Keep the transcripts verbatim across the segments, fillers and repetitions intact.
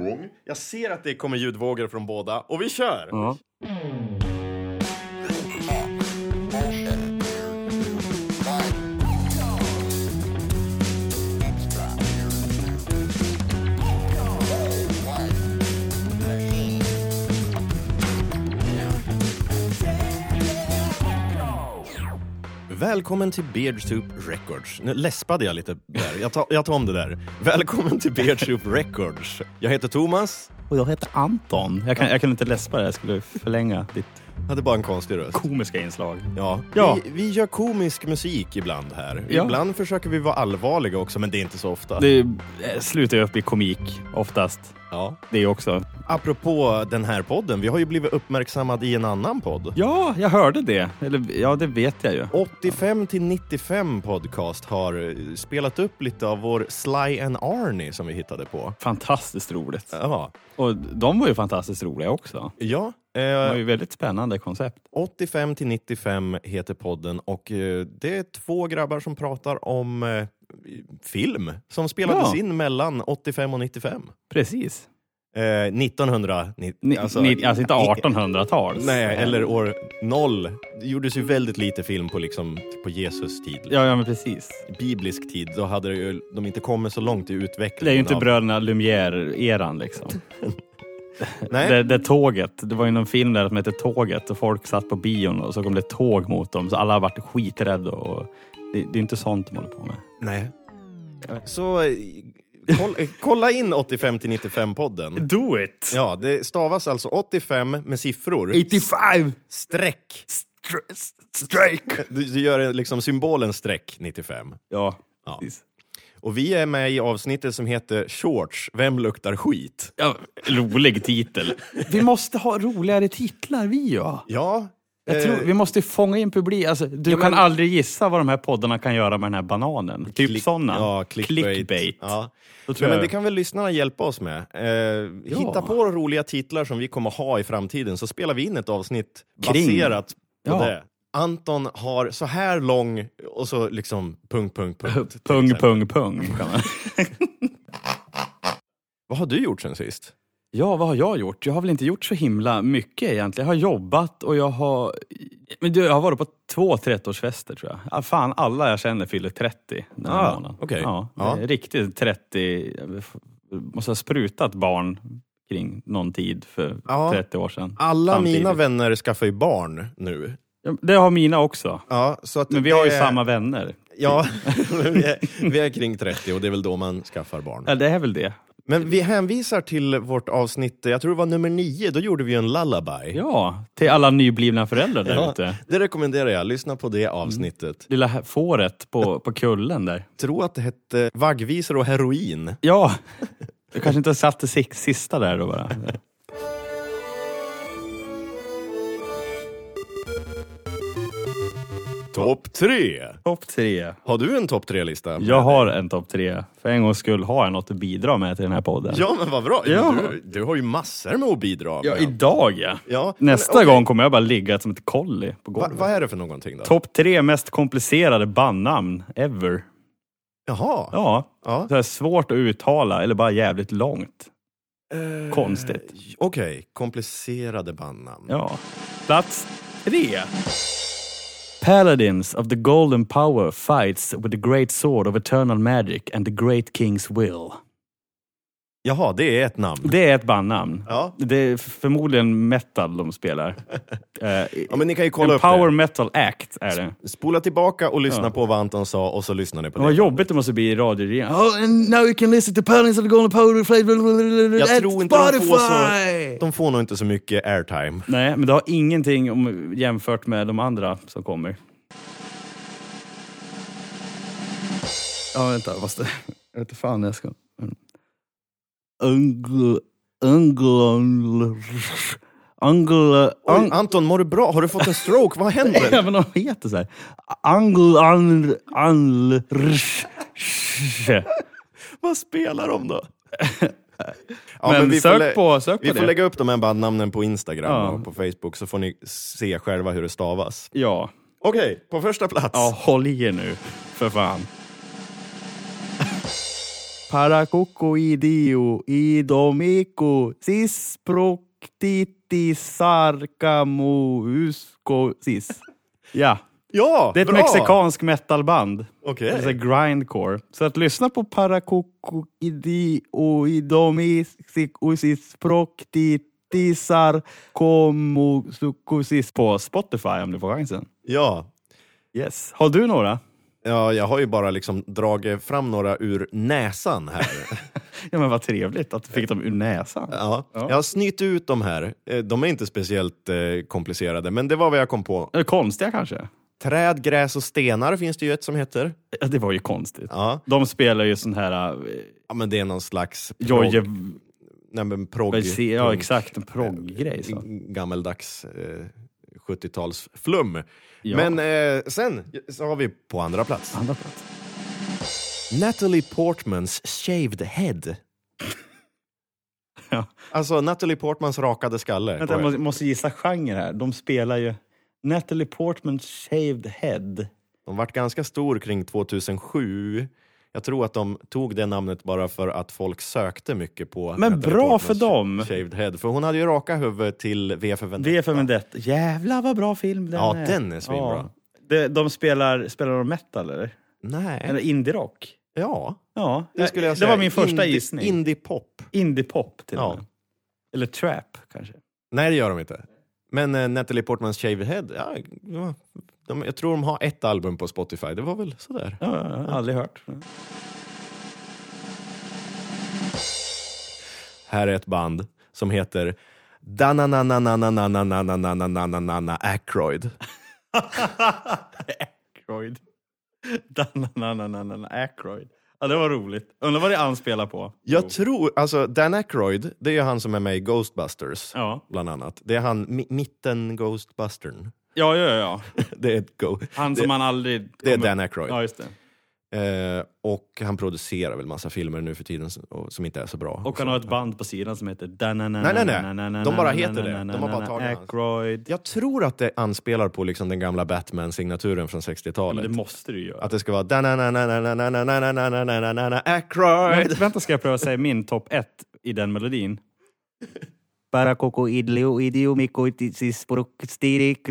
igång. Jag ser att det kommer ljudvågor från båda. Och vi kör! Ja. Välkommen till Beardsoup Records. Nu läspade jag lite där. Jag tar, jag tar om det där. Välkommen till Beardsoup Records. Jag heter Thomas. Och jag heter Anton. Jag kan, jag kan inte läspa det. Jag skulle förlänga ditt hade bara en konstig röst. komiska inslag. Ja, ja. Vi, vi gör komisk musik ibland här. Ja. Ibland försöker vi vara allvarliga också, men det är inte så ofta. Det slutar ju upp i komik oftast. Ja. Det är också. Apropå den här podden, vi har ju blivit uppmärksammad i en annan podd. Ja, jag hörde det. Eller, ja, det vet jag ju. åttiofem till nittiofem podcast har spelat upp lite av vår Sly and Arnie som vi hittade på. Fantastiskt roligt. Ja. Och de var ju fantastiskt roliga också. Ja. Det var ju väldigt spännande koncept. åttiofem till nittiofem heter podden och eh, det är två grabbar som pratar om eh, film som spelades Ja. in mellan åttiofem och nittiofem. Precis. Eh, nittonhundra nittio, Ni, alltså, ni, alltså inte artonhundratals. Nej, eller år noll. Det gjordes ju väldigt lite film på, liksom, på Jesus tid. Ja, ja, men precis. Biblisk tid, då hade det ju, de inte kommit så långt i utvecklingen. Det är ju inte av... bröderna Lumière-eran liksom. Nej. Det, det tåget, det var ju någon film där som heter Tåget och folk satt på bion och så kom det ett tåg mot dem så alla har varit skiträdda och det, det är inte sånt de håller på med. Nej. Så eh, kolla, kolla in åttiofem till nittiofem podden. Do it! Ja, det stavas alltså åttiofem med siffror. åttiofem! Streck. Strike! Du, du gör liksom symbolen streck nittiofem. Ja, Ja. precis. Och vi är med i avsnittet som heter Shorts, vem luktar skit? Ja, rolig titel. Vi måste ha roligare titlar, vi ja. Ja. Jag tror, vi måste fånga in publik. Alltså, du ja, kan men... aldrig gissa vad de här poddarna kan göra med den här bananen. Typ Klick, sådana. Ja, clickbait. clickbait. Ja. Då tror Ja, jag... men det kan väl lyssnarna hjälpa oss med. Eh, Ja. Hitta på roliga titlar som vi kommer ha i framtiden, så spelar vi in ett avsnitt Kring. baserat på Ja. det. Anton har så här lång och så liksom punkt, punkt, punkt. Pung, pung, pung. Kan man. Vad har du gjort sen sist? Ja, vad har jag gjort? Jag har väl inte gjort så himla mycket egentligen. Jag har jobbat och jag har... Men du, jag har varit på två trettioårsfester tror jag. Ja, fan, alla jag känner fyller trettio den här Ah, månaden. okej. Ja, Ja. riktigt trettio... Jag måste ha sprutat barn kring någon tid för Ja. trettio år sedan. Alla Samtidigt. mina vänner skaffar ju barn nu. Ja, det har mina också. Ja, så att Men vi har ju det- samma vänner. Ja, vi är, vi är kring trettio och det är väl då man skaffar barn. Ja, det är väl det. Men vi hänvisar till vårt avsnitt, jag tror det var nummer nio, då gjorde vi en lullaby. Ja, till alla nyblivna föräldrar där Ja, ute. det rekommenderar jag, lyssna på det avsnittet. Lilla fåret på, på kullen där. Jag tror att det hette vaggvisor och heroin. Ja, jag kanske inte har satt det sista där då bara. Topp tre! Topp tre. Har du en topp tre-lista? Jag har en topp tre. För en gångs skull har jag något att bidra med till den här podden. Ja, men vad bra. Ja. Du, du har ju massor med att bidra med. Ja, idag ja. Ja, Nästa men, okej. gång kommer jag bara ligga som ett kolli på Va, golvet. vad är det för någonting då? Topp tre mest komplicerade bandnamn ever. Jaha. Ja, Ja. så här svårt att uttala eller bara jävligt långt. Eh, Konstigt. Okej, komplicerade bandnamn. Ja. Plats tre. Paladins of the Golden Power fights with the great sword of eternal magic and the great king's will. Jaha, det är ett namn. Det är ett bandnamn. Ja. Det är förmodligen metal de spelar. uh, Ja, men ni kan ju kolla en upp power det. metal act är det. Spola tillbaka och lyssna Ja. på vad Anton sa och så lyssnar ni på Det var det. jobbigt det måste bli i radio. Oh, and now you can listen to Paladins of the Golden Power Jag at tror inte de får, Spotify. så, de får nog inte så mycket airtime. Nej, men det har ingenting om, jämfört med de andra som kommer. Ja, vänta, jag måste... Jag vet inte fan jag ska... Angla... Angla... Angla... Oj, Anton, mår du bra? Har du fått en stroke? Vad händer? Ja, men de heter så här. Angla... Angla... Vad spelar de då? Ja, men vi sök får lä- på, sök Vi på får det. lägga upp de här bandnamnen på Instagram Ja. och på Facebook så får ni se själva hur det stavas. Ja. Okej, på första plats. Ja, håll i er nu. För fan. Parakoko idio idomiko sisproktitisarkamuuskosis. Ja. Ja, Det är ett bra. mexikansk metalband. Okej. Det är grindcore. Så att lyssna på Parakoko idio idomikosis proktitisarkamuuskosis på Spotify om du får chansen. Ja. Yes. Har du några? Ja, jag har ju bara liksom dragit fram några ur näsan här. Ja, men vad trevligt att du fick dem ur näsan. Ja, jag har snytt ut de här. Eh, De är inte speciellt eh, komplicerade, men det var vad jag kom på. Eller konstiga kanske? Träd, gräs och stenar finns det ju ett som heter. Ja, det var ju konstigt. Ja, De spelar ju sån här... äh, ja men det är någon slags Joje... nej, men progg. Ja, progg- exakt. En progg-grej. Så. Gammeldags eh, sjuttio-tals flum. Ja. Men eh, sen så har vi på andra plats Andra plats. Natalie Portmans shaved head. Ja. Alltså Natalie Portmans rakade skalle. Vänta, jag måste, måste gissa genre här. De spelar ju Natalie Portmans shaved head. De vart ganska stor kring tvåtusensju. Jag tror att de tog det namnet bara för att folk sökte mycket på Men Natalie bra Portmans för dem. shaved head. För hon hade ju raka huvud till V för Vendetta. V för Vendetta. Jävlar vad bra film den Ja, är. den är svinbra. Ja. De, de spelar, spelar de metal eller? Nej. Eller indie-rock? Ja, Ja, det skulle jag det säga. var min första Indie- gissning. Indie-pop. Indie-pop till Ja. och med. Eller trap kanske. Nej, det gör de inte. Men eh, Natalie Portmans shaved head, ja, ja, de, jag tror de har ett album på Spotify. Det var väl sådär. Ja, jag har aldrig hört. Här är ett band som heter Danananananananananananananana Aykroyd. Aykroyd. Dananananana Aykroyd. Ja, det var roligt. Undrar vad det anspelar på. Jag tror, alltså Dan Aykroyd, det är ju han som är med i Ghostbusters, Ja. bland annat. Det är han, mi- mitten Ghostbustern. Ja, ja, ja. Det är ett go. Han det, som man aldrig... det är Dan Aykroyd. Ja, just det. Eh, och han producerar väl massa filmer nu för tiden som, och, som inte är så bra. Och han har ett band på sidan som heter... Nej, nej, nej. De bara heter det. De har bara tagit hans. Aykroyd. Jag tror att det anspelar på liksom den gamla Batman-signaturen från Men sextiotalet. det måste du göra. Att det ska vara danananananananananananananana Aykroyd. Vänta, vänta, ska jag pröva säga min topp ett i den melodin? Parakoko idlio idio mikotis prokstirik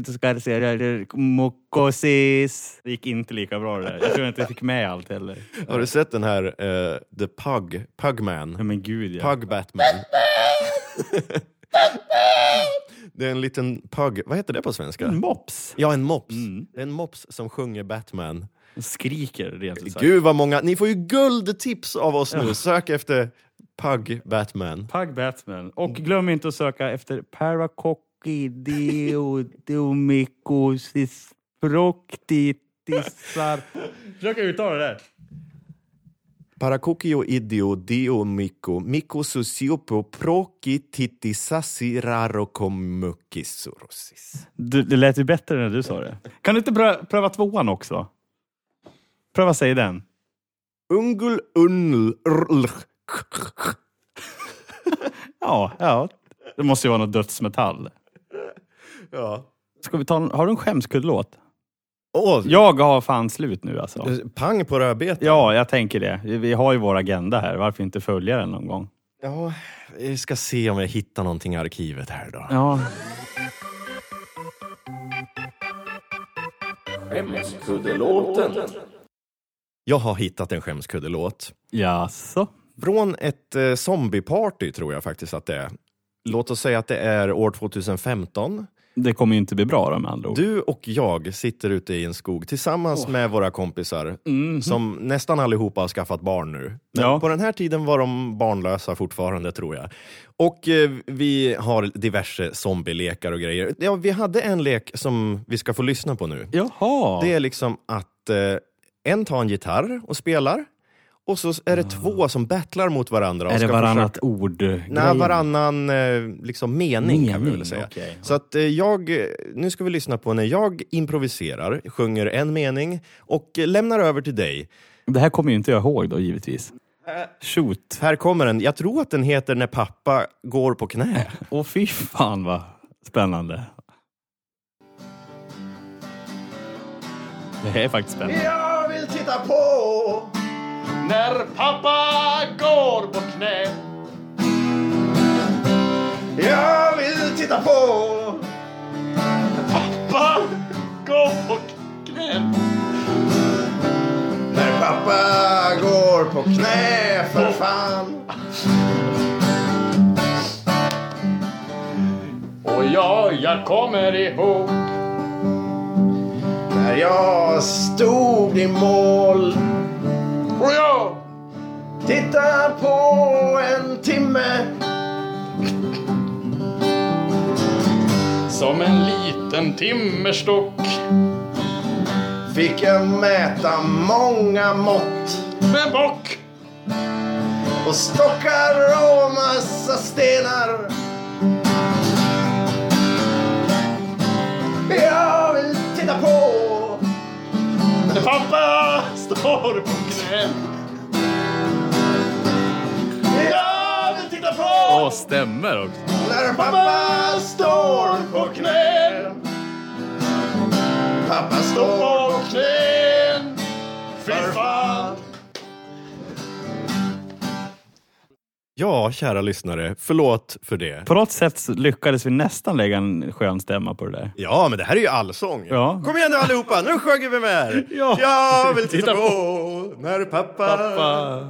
mokosis. Det gick inte lika bra det där. Jag tror inte jag fick med allt heller. Har du sett den här uh, The Pug, Pugman? Ja, men gud, ja. Pug Batman. Det är en liten pug. Vad heter det på svenska? En mops. Ja, en mops. Mm. En mops som sjunger Batman. Skriker rent ut sagt. Gud vad många. Ni får ju guldtips av oss nu. Sök efter Pug Batman. Pug Batman. Och glöm inte att söka efter Parakokidiodomikosis proktitisar. Försök uttala det där. Parakokio idio dio miko miko sosiopo prokititisasirarokomukisurosis. Du, det lät ju bättre när du sa det. Kan du inte pröva, pröva tvåan också? Pröva säga den. Ungul unnl rl. Ja, ja. Det måste ju vara något dödsmetall. Ja. Ska vi ta en, har du en skämskuddelåt? Åh, Jag har fan slut nu alltså. pang på rödbetan. Ja, jag tänker det. Vi har ju vår agenda här. Varför inte följa den någon gång? Ja, vi ska se om jag hittar någonting i arkivet här då. Ja. Skämskuddelåten. Jag har hittat en skämskuddelåt. Jaså? Från ett eh, zombieparty tror jag faktiskt att det är. Låt oss säga att det är år tjugohundrafemton. Det kommer ju inte bli bra då med andra ord. Du och jag sitter ute i en skog tillsammans oh. med våra kompisar mm. som nästan allihopa har skaffat barn nu. Men ja. På den här tiden var de barnlösa fortfarande tror jag. Och eh, vi har diverse zombielekar och grejer. Ja, vi hade en lek som vi ska få lyssna på nu. Jaha. Det är liksom att eh, en tar en gitarr och spelar. Och så är det ja. två som battlar mot varandra. Och är det ska varannat försöka... ord? Nej, varannan eh, liksom mening, mening kan vi väl säga. Okay, ja. Så att eh, jag, nu ska vi lyssna på när jag improviserar, sjunger en mening och eh, lämnar över till dig. Det här kommer ju inte jag ihåg då, givetvis. Shoot. Här kommer den. Jag tror att den heter När pappa går på knä. Åh fy fan vad spännande. Det här är faktiskt spännande. Jag vill titta på när pappa går på knä. Jag vill titta på Pappa går på knä. när pappa går på knä, för fan. Och ja, jag kommer ihåg När jag stod i mål, och jag titta på en timme. som en liten timmerstock Fick jag mäta många mått med bock. och stockar och massa stenar. Jag vill titta på När pappa står på knä. Jag vill titta på Åh, stämmer också. när pappa står på knä. Pappa står på knä. Fy fan. Ja, kära lyssnare, förlåt för det. På något sätt så lyckades vi nästan lägga en skön stämma på det där. Ja, men det här är ju allsång. Ja. Kom igen nu allihopa, nu sjunger vi med. Ja. Jag vill titta, Titta på när pappa... Pappa.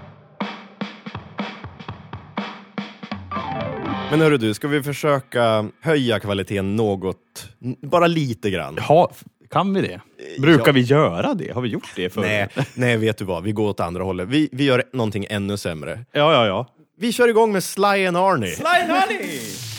Men hörru du, ska vi försöka höja kvaliteten något, n- bara lite grann? Ha, kan vi det? Brukar Ja. vi göra det? Har vi gjort det förr? Nej, nej, vet du vad? Vi går åt andra hållet. Vi, vi gör någonting ännu sämre. Ja, ja, ja. Vi kör igång med Sly and Arnie. Sly and Arnie!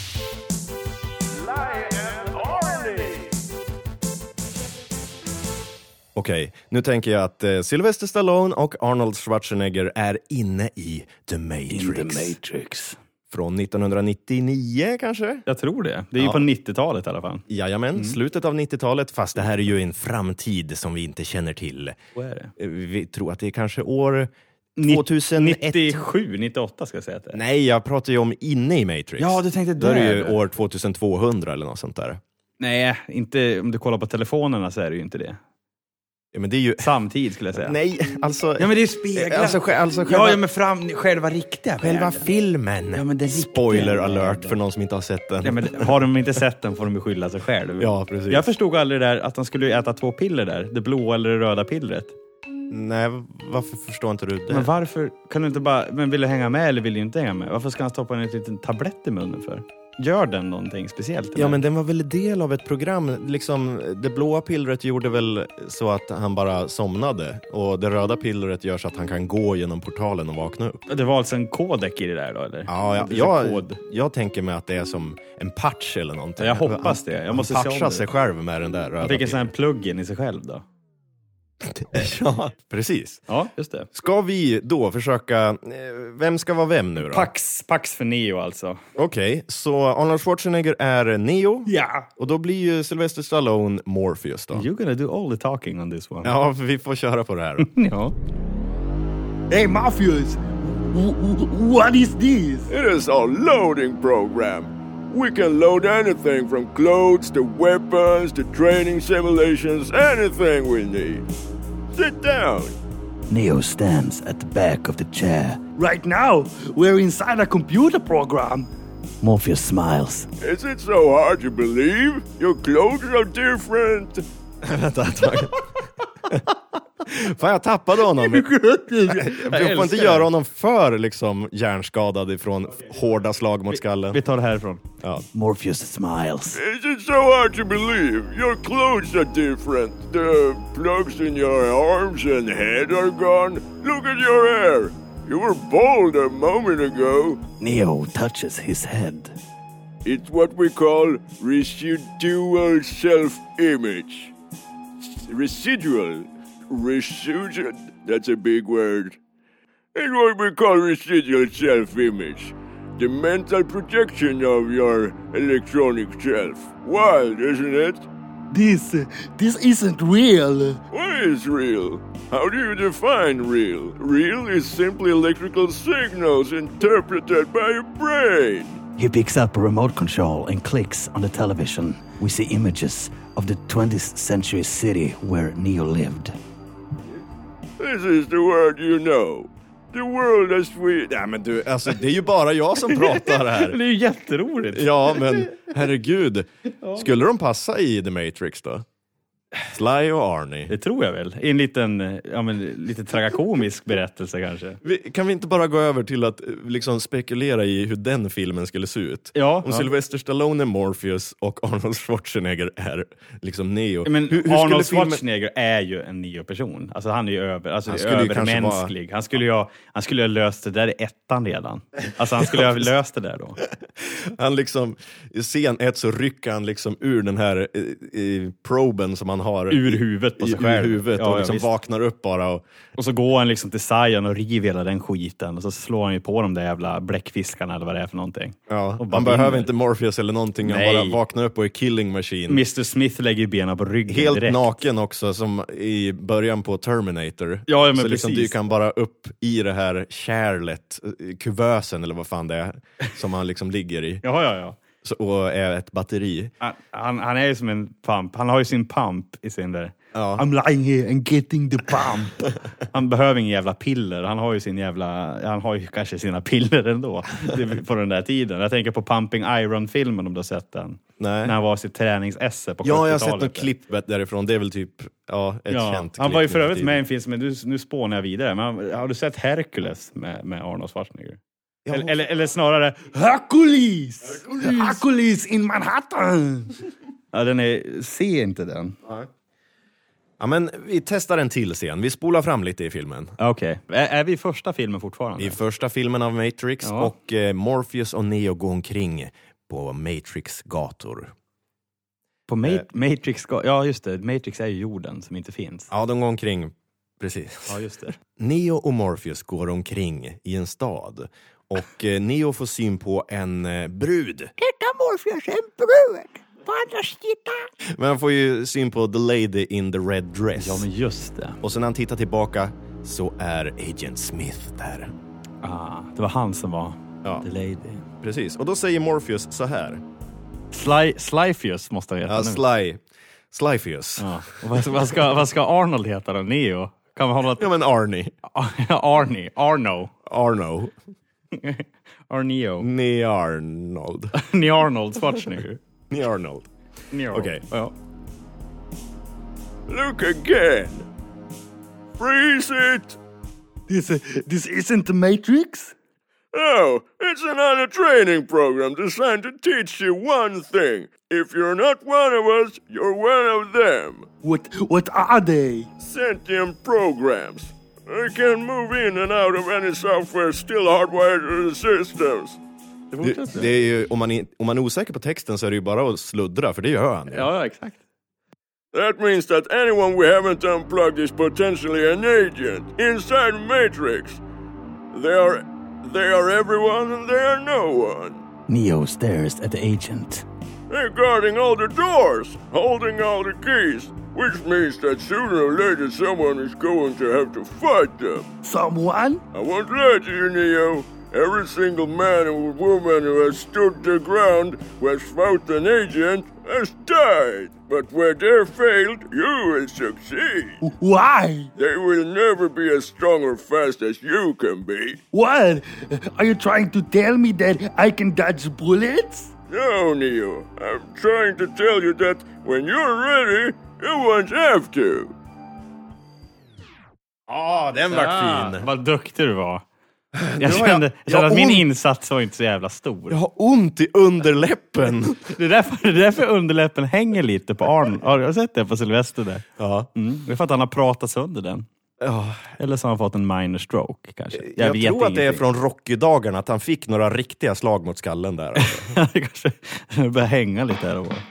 Okej, nu tänker jag att eh, Sylvester Stallone och Arnold Schwarzenegger är inne i The Matrix. In the Matrix. Från nittonhundranittionio kanske? Jag tror det. Det är ju Ja. på nittiotalet i alla fall. Jajamän, slutet av nittiotalet, fast det här är ju en framtid som vi inte känner till. Vad är det? Eh, Vi tror att det är kanske år Nitt- tvåtusenett. nittiosju, nittioåtta ska jag säga att det är. Nej, jag pratar ju om inne i Matrix. Ja, du tänkte Då är det ju där. år tjugotvåhundra eller något sånt där. Nej, inte om du kollar på telefonerna så är det ju inte det. Ja, men det är ju... Samtidigt skulle jag säga. Nej, alltså... Ja, men det är speglar. Alltså, sj- alltså Ja, själva, ja, men fram, själva riktiga själva världen. filmen. Ja, men det riktiga Spoiler världen. alert för någon som inte har sett den. Ja, men har de inte sett den får de beskylla sig själv. Ja, precis. Jag förstod aldrig det där att han skulle äta två piller där. Det blåa eller det röda pillret. Nej, varför förstår inte du det? Men varför kan du inte bara... Men vill du hänga med eller vill du inte hänga med? Varför ska han stoppa en liten tablett i munnen för? Gör den någonting speciellt? Ja, men den var väl del av ett program. Liksom, det blåa pillret gjorde väl så att han bara somnade. Och det röda pillret gör så att han kan gå genom portalen och vakna upp. Det var alltså en kodek i det där då, eller? Ja, ja Det är jag, kod. jag tänker mig att det är som en patch eller någonting. Jag hoppas det. Jag måste han se om patchar det. sig själv med den där röda Han fick en sån här pillret. plug-in i sig själv då. Ja, precis. Ja, just det. Ska vi då försöka... eh, Vem ska vara vem nu då? Pax, Pax för Neo alltså. Okej, så Arnold Schwarzenegger är Neo. Ja! Och då blir ju Sylvester Stallone Morpheus då. You're gonna do all the talking on this one. Ja, vi får köra på det här. Ja. Hey, Morpheus! What is this? It is a loading program. We can load anything from clothes to weapons to training simulations, anything we need. Sit down. Neo stands at the back of the chair. Right now, we're inside a computer program. Morpheus smiles. Is it so hard to believe? Your clothes are different. Vänta ett tag. Fan, jag tappade honom. Jag får inte göra honom för liksom hjärnskadad ifrån hårda slag mot skallen. Vi tar det härifrån. Ja. Morpheus smiles. Is it so hard to believe? Your clothes are different. The plugs in your arms and head are gone. Look at your hair. You were bald a moment ago. Neo touches his head. It's what we call residual self-image. Residual. Residual. That's a big word. It's what we call residual self-image. The mental projection of your electronic self. Wild, isn't it? This, uh, this isn't real. What is real? How do you define real? Real is simply electrical signals interpreted by your brain. He picks up a remote control and clicks on the television. We see images of the twentieth century city where Neo lived. This is the word you know. The world as we... Ja, men du, alltså, det är ju bara jag som pratar här. Det är ju jätteroligt. Ja, men herregud. Skulle de passa i The Matrix då? Sly och Arnie. Det tror jag väl. I en liten, ja, men, lite tragakomisk berättelse kanske. Vi, kan vi inte bara gå över till att liksom spekulera i hur den filmen skulle se ut? Ja, Om ja. Sylvester Stallone är Morpheus och Arnold Schwarzenegger är liksom Neo. Men hur, hur Arnold filmen... Schwarzenegger är ju en Neo-person. Alltså han är ju över, alltså Han det skulle är ju kanske övermänsklig. Han skulle ju ha, han skulle ju ha löst det där i ettan redan. Alltså han skulle ha löst det där då. Han liksom, i scen ett så rycker han liksom ur den här i, i proben som han har Ur huvudet på sig i, själv. ur huvudet Ja, och liksom ja, vaknar upp bara och... Och så går han liksom till Zion och river hela den skiten. Och så slår han ju på de där jävla bläckfiskarna eller vad det är för någonting. Ja, och bara han behöver vinner. inte Morpheus eller någonting. Han Nej. bara vaknar upp och är killing machine. mister Smith lägger ju benen på ryggen Helt direkt. naken också, som i början på Terminator. Ja, men så liksom precis. dyker han bara upp i det här kärlet, kuvösen eller vad fan det är, som han liksom ligger i. Ja, ja, ja. Så, och är ett batteri. Han, han, han är ju som en pump. Han har ju sin pump i sin där. Ja. I'm lying here and getting the pump. Han behöver ingen jävla piller. Han har ju sin jävla... Han har ju kanske sina piller ändå. På den där tiden. Jag tänker på Pumping Iron-filmen om du har sett den. Nej. När han var sitt träningsesse på Ja, jag har sjuttiotalet. sett något klipp därifrån. Det är väl typ ja, ett Ja, känt han klipp var ju för nu övrigt tiden. med i en film som... Nu, nu spånar jag vidare. Men har du sett Hercules med, med Arnold Schwarzenegger? Ja. Eller, eller, eller snarare Hercules! Hercules! Hercules in Manhattan! Ja, den är... Se inte den. Ja, men vi testar en till scen. Vi spolar fram lite i filmen. Okej. Okay. Är, är vi i första filmen fortfarande? I första filmen av Matrix. Ja. Och eh, Morpheus och Neo går omkring på Matrix gator. På Ma- Eh. Matrix... Ja, just det. Matrix är ju jorden som inte finns. Ja, de går omkring. Precis. Ja, just det. Neo och Morpheus går omkring i en stad. Och eh, Neo får syn på en eh, brud. Titta Morpheus, en brud! På andra sidan. Men han får ju syn på the lady in the red dress. Ja, men just det. Och sen när han tittar tillbaka så är Agent Smith där. Ah, det var han som var Ja. the lady. Precis. Och då säger Morpheus så här. Sly, Slyfius måste han heta Ja, nu. Sly. Slyfius. Ja. Och vad, vad, ska, vad ska Arnold heta då? Neo? Kan man hålla... Ja, men Arnie. Arnie. Arno. Arno. Arneo. Ni Arnold. Ni Arnold Schwarzenegger. Ni Arnold. Ni Arnold. Okej. Ja. Look again. Freeze it. This, this isn't the Matrix? Oh, it's another training program designed to teach you one thing. If you're not one of us, you're one of them. What, what are they? Sentient programs. They can move in and out of any software still hardwired to the systems. Det, det är ju, om, man är, om man är osäker på texten så är det ju bara att sluddra, för det gör han. Ja, exakt. That means that anyone we haven't unplugged is potentially an agent inside Matrix. They are, they are everyone and they are no one. Neo stares at the agent. They're guarding all the doors, holding all the keys, which means that sooner or later someone is going to have to fight them. Someone? I won't lie to you, Neo. Every single man and woman who has stood their ground, who has fought an agent, has died. But where they failed, you will succeed. Why? They will never be as strong or fast as you can be. What? Are you trying to tell me that I can dodge bullets? No, Neo. I'm trying to tell you that when you're ready, you won't have to. Ja, den vart fin. Vad duktig du var. Jag har jag- kände, jag jag kände att min ont. insats var inte så jävla stor. Jag har ont i underläppen. Det är därför, det är därför underläppen hänger lite på Arn. Har du sett det på Sylvester där? Ja. Mm. Det är för att han har pratat sönder den. Ja. Eller så har han fått en minor stroke kanske. Jag, vet tror att det är ingenting. från Rocky-dagarna, att han fick några riktiga slag mot skallen där. Alltså. Det kanske börjar hänga lite här och var.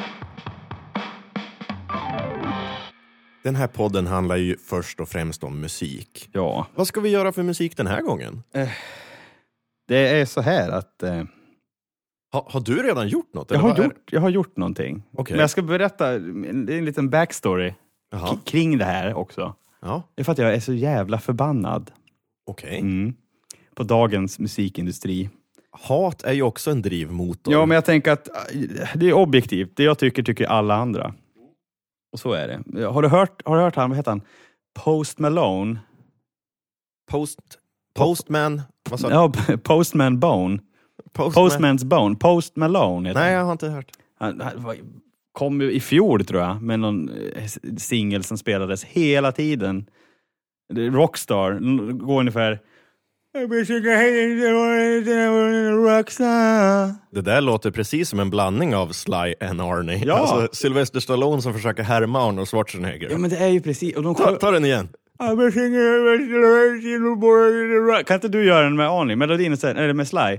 Den här podden handlar ju först och främst om musik. Ja. Vad ska vi göra för musik den här gången? Det är så här att... Eh, Ha, har du redan gjort något? jag, eller har vad är gjort, jag har gjort någonting. Okej. Men jag ska berätta en, det är en liten backstory det? Jaha. k- kring det här också. Ja, Det är för att jag är så jävla förbannad okej. mm, på dagens musikindustri. Hat är ju också en drivmotor. Ja, men jag tänker att äh, det är objektivt. Det jag tycker, tycker alla andra. Och så är det. Har du hört, har du hört han, vad heter han? Post Malone. Post, postman, vad sa du? Ja, Postman Bone. Postman. Postman's Bone. Post Malone heter Nej, han. jag har inte hört. Han, han var- kom ju i fjol tror jag med någon eh, singel som spelades hela tiden. Det är Rockstar. N- Går ungefär Rockstar. Det där låter precis som en blandning av Sly and Arnie. Ja. Alltså Sylvester Stallone som försöker härma Arnold Schwarzenegger. Ja men det är ju precis. Och de ta, ta den igen. Kan inte du göra den med Arnie? Melodin är eller med Sly.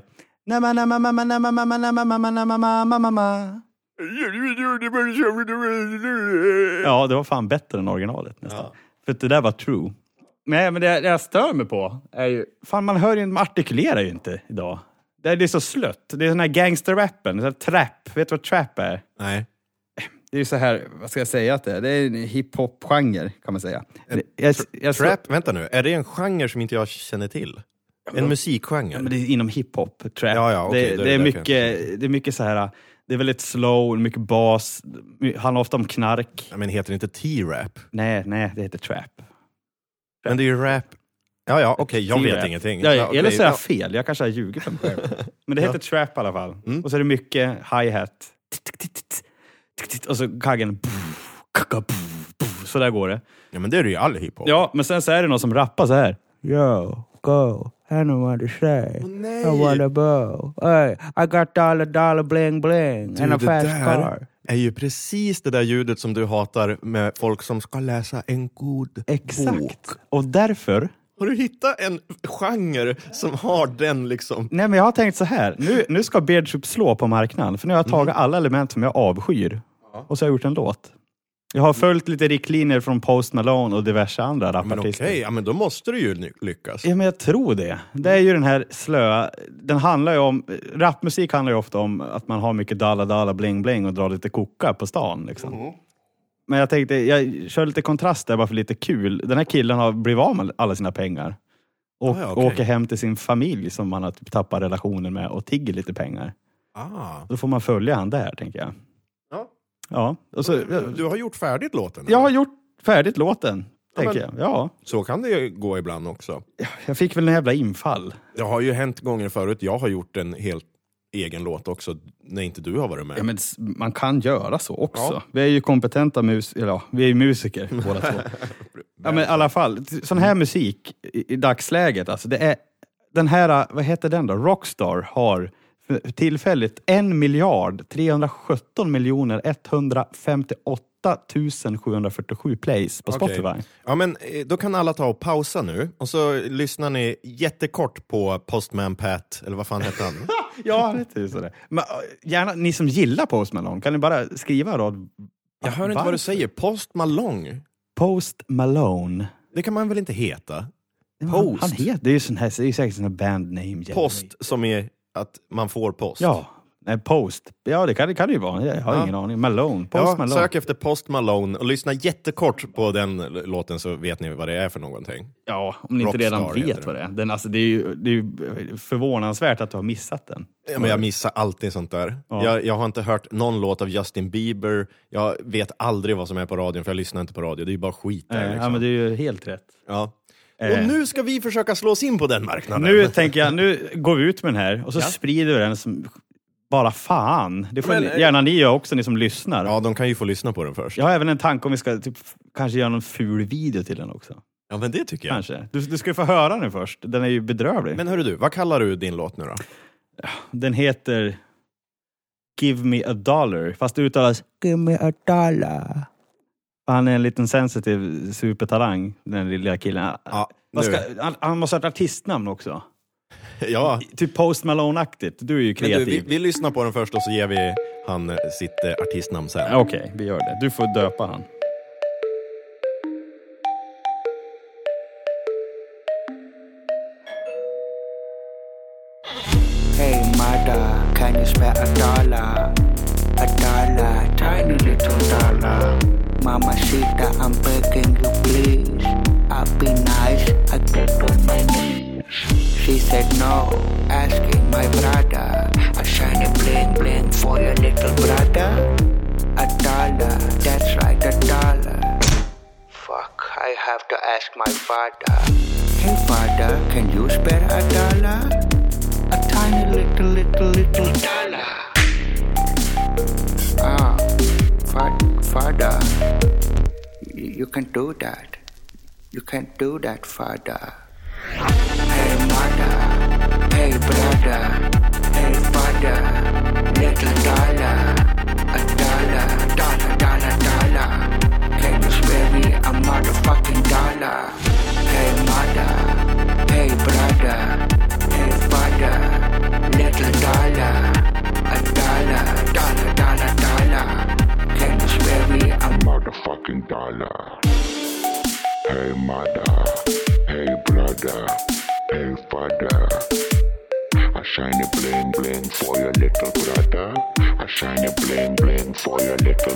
Ja, det var fan bättre än originalet nästan. Ja. För det där var true. Nej, men det, det jag stör mig på är ju... Fan, man hör ju inte, man artikulerar ju inte idag. Det är, det är så slött. Det är den här gangsterrappen, det är trap. Vet du vad trap är? Nej. Det är ju så här, vad ska jag säga att det är? Det är en hiphop-genre kan man säga. Det, jag, jag, Trap, vänta nu. Är det en genre som inte jag känner till? En musikgenre? Ja, men det är inom hiphop, trap. Ja, ja, okej, det, då är det, det är där mycket, det är mycket så här, det är väldigt slow, mycket bas. Det handlar ofta om knark. Ja, men heter det inte T-rap? Nej, nej, det heter trap. Men det är ju rap. Ja, ja, okej, jag vet T-rap. ingenting. Ja, Ja, okej, eller så är jag ja. fel, jag kanske har ljugit för mig själv. Men det heter Ja. trap i alla fall. Mm. Och så är det mycket hi-hat. Och så kaggen. Så där går det. Ja, men det är det ju all hiphop. Ja, men sen så är det någon som rappar så här. Yo, go. I don't want to say. nej. I wanna go. Hey, I got dollar, dollar, bling, bling. Du, and a det fast där car. är ju precis det där ljudet som du hatar med folk som ska läsa en god Exakt. bok. Och därför... Har du hittat en genre som har den liksom... Nej, men jag har tänkt så här. Nu, nu ska Beardsoup slå på marknaden. För nu har jag tagit alla element som jag avskyr. Och så har jag gjort en låt. Jag har följt lite riktlinjer från Post Malone och diverse andra Men okej, rapartister. ja, men då måste du ju ny- lyckas. Ja, men jag tror det. Det är ju den här slöa... Den handlar ju om... Rapmusik handlar ju ofta om att man har mycket dala dala bling bling och drar lite koka på stan. Liksom. Mm. Men jag tänkte, jag kör lite kontrast där bara för lite kul. Den här killen har blivit av med alla sina pengar. Och Ah, ja, okej. åker hem till sin familj som man har typ tappat relationen med och tigger lite pengar. Ah. Då får man följa han där, tänker jag. Ja. Ja, och så, Du har gjort färdigt låten? jag har gjort färdigt låten, Ja, tänker men- jag. Ja, Så kan det ju gå ibland också. jag fick väl en jävla infall. Det har ju hänt gånger förut. Jag har gjort en helt egen låt också när inte du har varit med. Ja, men s- man kan göra så också. Ja. Vi är ju kompetenta mus- eller ja, vi är ju musiker båda två. Ja, men i alla fall, t- sån här musik i, i dagsläget, alltså det är den här, vad heter den då? Rockstar har för tillfälligt en miljard trehundrasjutton miljoner etthundrafemtioåtta tusen sjuhundrafyrtiosju plays på Okej. Spotify. Ja, men eh, då kan alla ta och pausa nu. Och så lyssnar ni jättekort på Postman Pat, eller vad fan heter han? Ja, han heter ju sådär. Men äh, gärna, ni som gillar Post Malone, kan ni bara skriva då? Jag hör inte Varför? vad du säger. Post Malone? Post Malone. Det kan man väl inte heta? Han, Post. han heter, det är ju sån här, det är ju säkert sån här band name. Post som är att man får post. Ja, nej, Post. Ja, det kan det, kan det ju vara. Jag har Ja. ingen aning. Malone. Post Ja, Malone. sök efter Post Malone och lyssna jättekort på den l- låten så vet ni vad det är för någonting. Ja, om ni inte Rockstar redan heter vet det. vad det är. Den, alltså, det, är ju, det är ju förvånansvärt att du har missat den. Ja, men jag missar alltid sånt där. Ja. Jag, jag har inte hört någon låt av Justin Bieber. Jag vet aldrig vad som är på radion för jag lyssnar inte på radio. Det är ju bara skit där. Eh, Liksom. Ja, men det är ju helt rätt. Ja. Eh. Och nu ska vi försöka slå oss in på den marknaden. Nu tänker jag, nu går vi ut med den här och så Ja. sprider vi den som bara fan. Det får Men, ni- eh, gärna ni göra också, ni som lyssnar. Ja, de kan ju få lyssna på den först. Jag har även en tanke om vi ska typ, kanske göra någon ful video till den också. Ja, men det tycker jag. Kanske. Du, du ska ju få höra den först. Den är ju bedrövlig. Men hörru du, vad kallar du din låt nu då? Den heter Give Me A Dollar. Fast det uttalas Give me a dollar. han är en liten sensitiv supertalang, den lilla killen. Ja, Vad nu. ska, han, han måste ha ett artistnamn också. Ja, Typ Post Malone-aktigt. Du är ju men du, kreativ. vi, vi lyssnar på den först och så ger vi han eh, sitt eh, artistnamn sen. Ja, Okej, vi gör det. Du får döpa han. Hey mother, can you spare a dollar? A dollar, tiny little dollar. Mamacita, I'm begging you please. I'll be nice, I get on my knees. She said no, asking my brother. A shiny bling bling for your little brother. A dollar, that's right, a dollar. Fuck, I have to ask my father. Hey father. mother, can you spare a dollar? A tiny little, little, little dollar. Ah, fa- father, y- you can do that. You can do that, father. Hey mother, hey brother, hey father, little dollar, a dollar, dollar, dollar, dollar. Can you spare me a motherfucking dollar? Hey mother, hey brother, hey father, little dollar, a dollar, dollar, dollar, dollar. Can you spare me a motherfucking dollar? Hey mother, hey brother, hey father. A shiny bling bling for your little brother. A shiny bling bling for your little.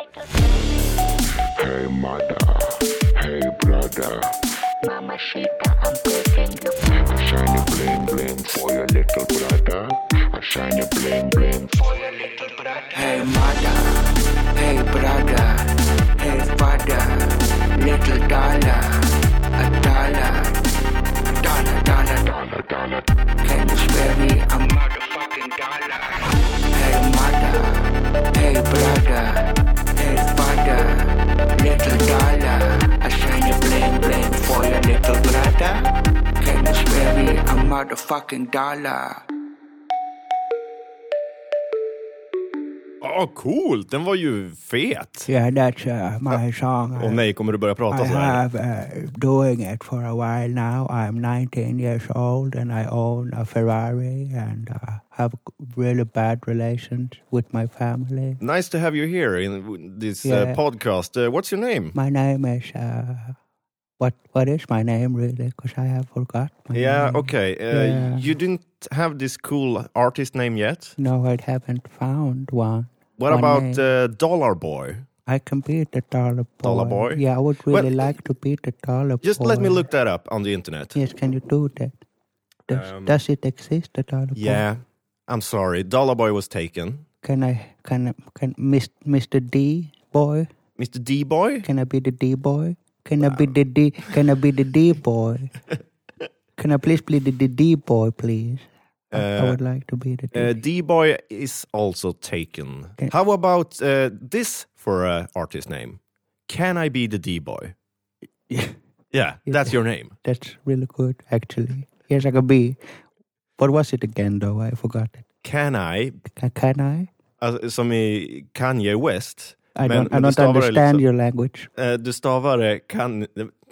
Hey mother, hey brother. Mama Shita, I'm begging you. A shiny bling bling for your little brother. A shiny bling bling for your little brother. Hey mother, hey brother, hey father. Little dollar, a dollar, dollar, dollar, dollar, dollar. Can you spare me a motherfucking dollar? Hey mother, hey brother, hey father. Little dollar, a shiny bling bling for your little brother. Can you spare me a motherfucking dollar? Ja, oh, coolt. Den var ju fet. Yeah, that's uh, my song. Och nej, kommer du börja prata I så här? have uh, doing it for a while now. I'm nineteen years old and I own a Ferrari and uh, have really bad relations with my family. Nice to have you here in this Yeah. uh, podcast. Uh, what's your name? My name is uh, what? What is my name really? Because I have forgot. My Yeah, name. okay. Uh, Yeah. You didn't have this cool artist name yet? No, I haven't found one. What One about name. uh, Dollar Boy? I can beat the Dollar Boy. Dollar Boy? Yeah, I would really Well, like to beat the Dollar Boy. Just let me look that up on the internet. Yes, can you do that? Does, Um, does it exist, the Dollar Boy? Yeah, I'm sorry. Dollar Boy was taken. Can I, can, I- can Mister D boy? Mister D Boy? Can I be the D boy? Can I be the D? Can I be the D boy? Can I please be the, the D boy, please? I, I Uh, would like to be the D. Uh, D Boy is also taken. Okay. How about uh, this for a artist name? Can I be the D Boy? Yeah, Yeah, that's your name. that's really good, actually. Yes, I could be. What was it again, though? I forgot it. Can I? Can, can I? Alltså, som i Kanye West. I Men- don't, men I du don't stavar det understand liksom- your language. Uh, du stavar det kan...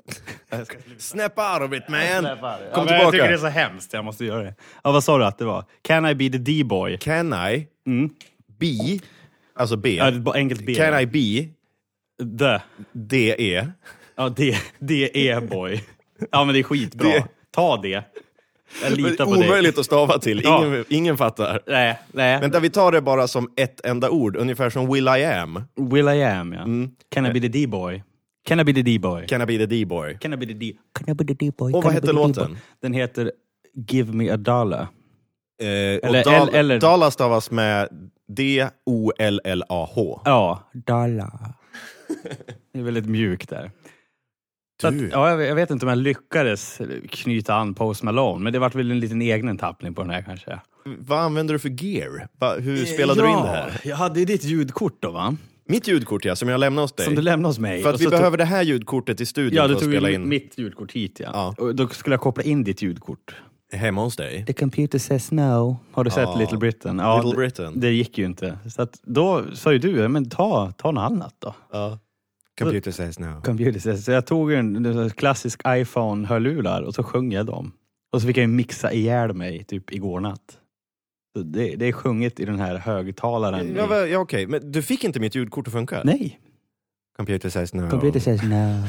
Snap out of it, man! Kom Ja, men jag tillbaka. tycker det är så hemskt, jag måste göra det. Ja, vad sa du att det var? Can I be the D-boy? Can I Mm. be... Alltså B. Ja, det är bara enkelt B. Can I be The. D E? Ja, D, D är boy. Ja, men det är skitbra. Det- Ta det. Jag litar på dig. Omöjligt att stava till. Ja. Ingen, ingen fattar. Nej, nej. Vänta, vi tar det bara som ett enda ord. Ungefär som Will I Am. Will I am, ja. Can I be the D-boy? Can I be the D-boy? Can I be the D-boy? Can I be the D? Can I be the D boy? Och Can vad I be heter the D-boy? låten? Den heter Give me a dollar. Eh, Eller- och Dal- eller- Dala stavas med D O L L A H. Ja, Dollar. det är väldigt mjukt där. Så att, Du. ja, jag, vet- jag vet inte om jag lyckades knyta an Post Malone, men det var väl en liten egen tappning på den här kanske. Vad använder du för gear? Va, hur spelade du in det här? Jag hade ju ditt ljudkort då, va? Mitt ljudkort, ja, som jag lämnade hos dig. Som du lämnade hos mig. För att Och vi så behöver det här ljudkortet i studion Ja, för du att tog spela ju in mitt ljudkort hit, ja. Ja. Och då skulle jag koppla in ditt ljudkort. hemma hos dig. The computer says no. Har du sett Ja. Little Britain? Ja, Little det- Britain. Det gick ju inte. Så att då sa ju du, men ta, ta något annat då. Ja. Computer says no. Computer says. Så jag tog en, en klassisk iPhone-hörlurar och så sjöng jag dem. Och så fick jag ju mixa ihjäl mig typ igår natt. Så det, det är sjungit i den här högtalaren. Ja, i, va- ja, okej. Men du fick inte mitt ljudkort att funka? nej. Computer says no. Computer says no.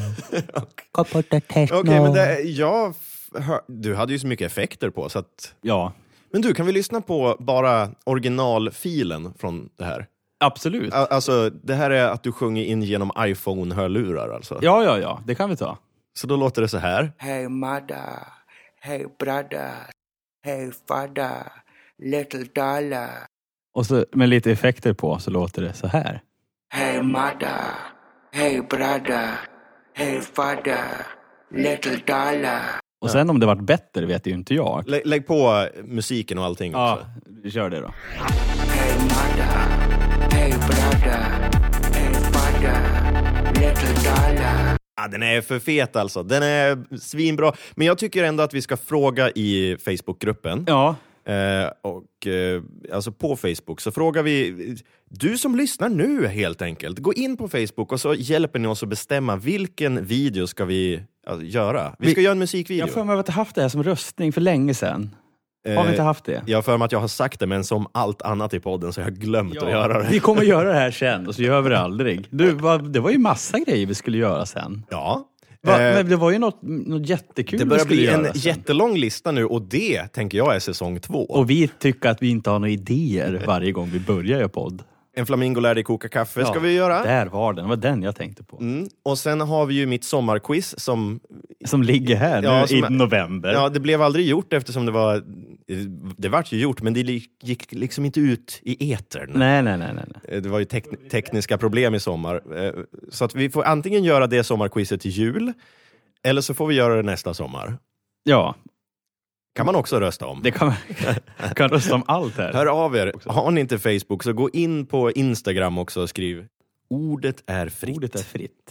Computer says Okej, no. men det, jag f- hör, du hade ju så mycket effekter på så att... Ja, Men du, kan vi lyssna på bara originalfilen från det här? absolut. Al- Alltså, det här är att du sjunger in genom iPhone-hörlurar alltså. Ja, ja, ja. Det kan vi ta. Så då låter det så här. Hey mother, hey brother, hey father, little dollar. Och så med lite effekter på så låter det så här. Hey mother, hey brother, hey father, little dollar. Och sen om det varit bättre vet ju inte jag. Lä- lägg på musiken och allting Ja, också. vi kör det då. Hey mother, hey brother, hey father, little dollar. Ja, den är för fet alltså. Den är svinbra. Men jag tycker ändå att vi ska fråga i Facebookgruppen. Ja. Eh, och eh, alltså på Facebook så frågar vi, du som lyssnar nu helt enkelt, gå in på Facebook och så hjälper ni oss att bestämma vilken video ska vi alltså, göra. Vi ska Vi- göra en musikvideo. Jag får mig att ha haft det här som röstning för länge sedan. Har vi inte haft det? Jag har för mig att jag har sagt det, men som allt annat i podden så har jag glömt att göra det. Vi kommer göra det här sen och så gör vi det aldrig. Du, va, det var ju massa grejer vi skulle göra sen. Ja. Va, Eh, men det var ju något, något jättekul det vi börjar skulle bli göra en sen. jättelång lista nu och det tänker jag är säsong två. Och vi tycker att vi inte har några idéer varje gång vi börjar göra podd. En flamingo lär dig koka kaffe ska Ja, vi göra. Där var den, det var den jag tänkte på. Mm. Och sen har vi ju mitt sommarquiz som... Som ligger här Ja, nu som i är- november. Ja, det blev aldrig gjort eftersom det var... Det vart ju gjort, men det gick liksom inte ut i etern. Nej, nej, nej, nej. nej. Det var ju tek- tekniska problem i sommar. Eh, Så att vi får antingen göra det sommarquizet till jul, eller så får vi göra det nästa sommar. Ja, Kan man också rösta om. det kan man kan rösta om allt här. Hör av er. Har ni inte Facebook så gå in på Instagram också och skriv ordet är fritt. Ordet är fritt.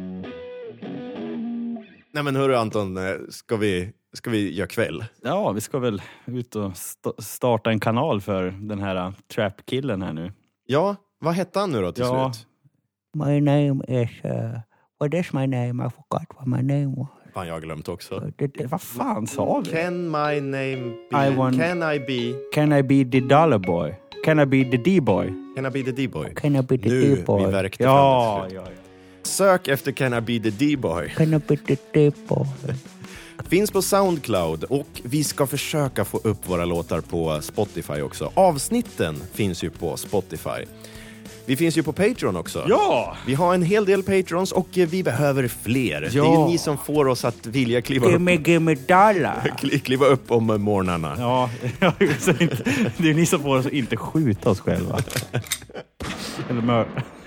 Nej men hörru Anton, eh, ska vi, ska vi göra kväll? Ja, vi ska väl ut och st- starta en kanal för den här uh, trap-killen här nu. Ja, vad hette han nu då till Ja. slut? My name is, uh, what is my name? I forgot what my name was. Fan, jag har glömt också. The- the- Vad fan sa vi? Can my name be... I want- Can I be... Can I be the dollar boy? Can I be the D-boy? Can I be the D-boy? Can I be the Nu, D-boy? vi verkte Ja, fram till ja, slut. ja. Sök efter Can I be the D-boy. Can I be the D-boy? Finns på Soundcloud och vi ska försöka få upp våra låtar på Spotify också. Avsnitten finns ju på Spotify. Vi finns ju på Patreon också. Ja! Vi har en hel del Patrons och eh, vi behöver fler. Det är ju Ja. ni som får oss att vilja kliva Give upp, me, give me dollar. kli- kliva upp om morgnarna. Ja, så inte, det är ni som får oss att inte skjuta oss själva. Eller mör...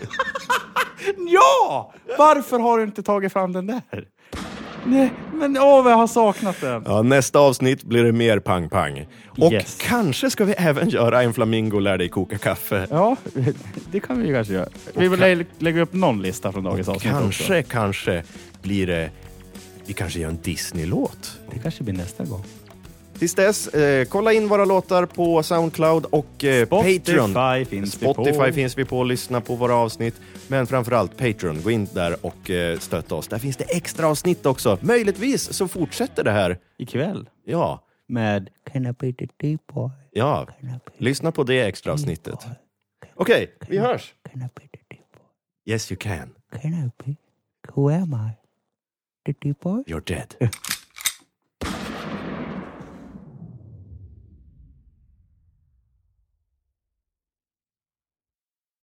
Ja! Varför har du inte tagit fram den där? Nej, men åh, vad jag har saknat den. Ja, nästa avsnitt blir det mer pang-pang. Och Yes. kanske ska vi även göra en flamingo lär dig koka kaffe. Ja, det kan vi ju kanske göra. Vi vill lä- lägga upp någon lista från dagens avsnitt också. Kanske, kanske blir det... Vi kanske gör en Disney-låt. Det kanske blir nästa gång. Tills dess, eh, kolla in våra låtar på Soundcloud och eh, Patreon. Spotify finns Spotify vi på. finns vi på, lyssna på våra avsnitt. Men framförallt Patreon, gå in där och eh, stötta oss. Där finns det extra avsnitt också. Möjligtvis så fortsätter det här. Ikväll. Ja, Med... Can I be the D-boy? ja. Can I be Lyssna på det extra avsnittet. Okej, vi hörs. Can I be the D-boy? Yes you can. Can I be? Who am I? The D-boy? You're dead.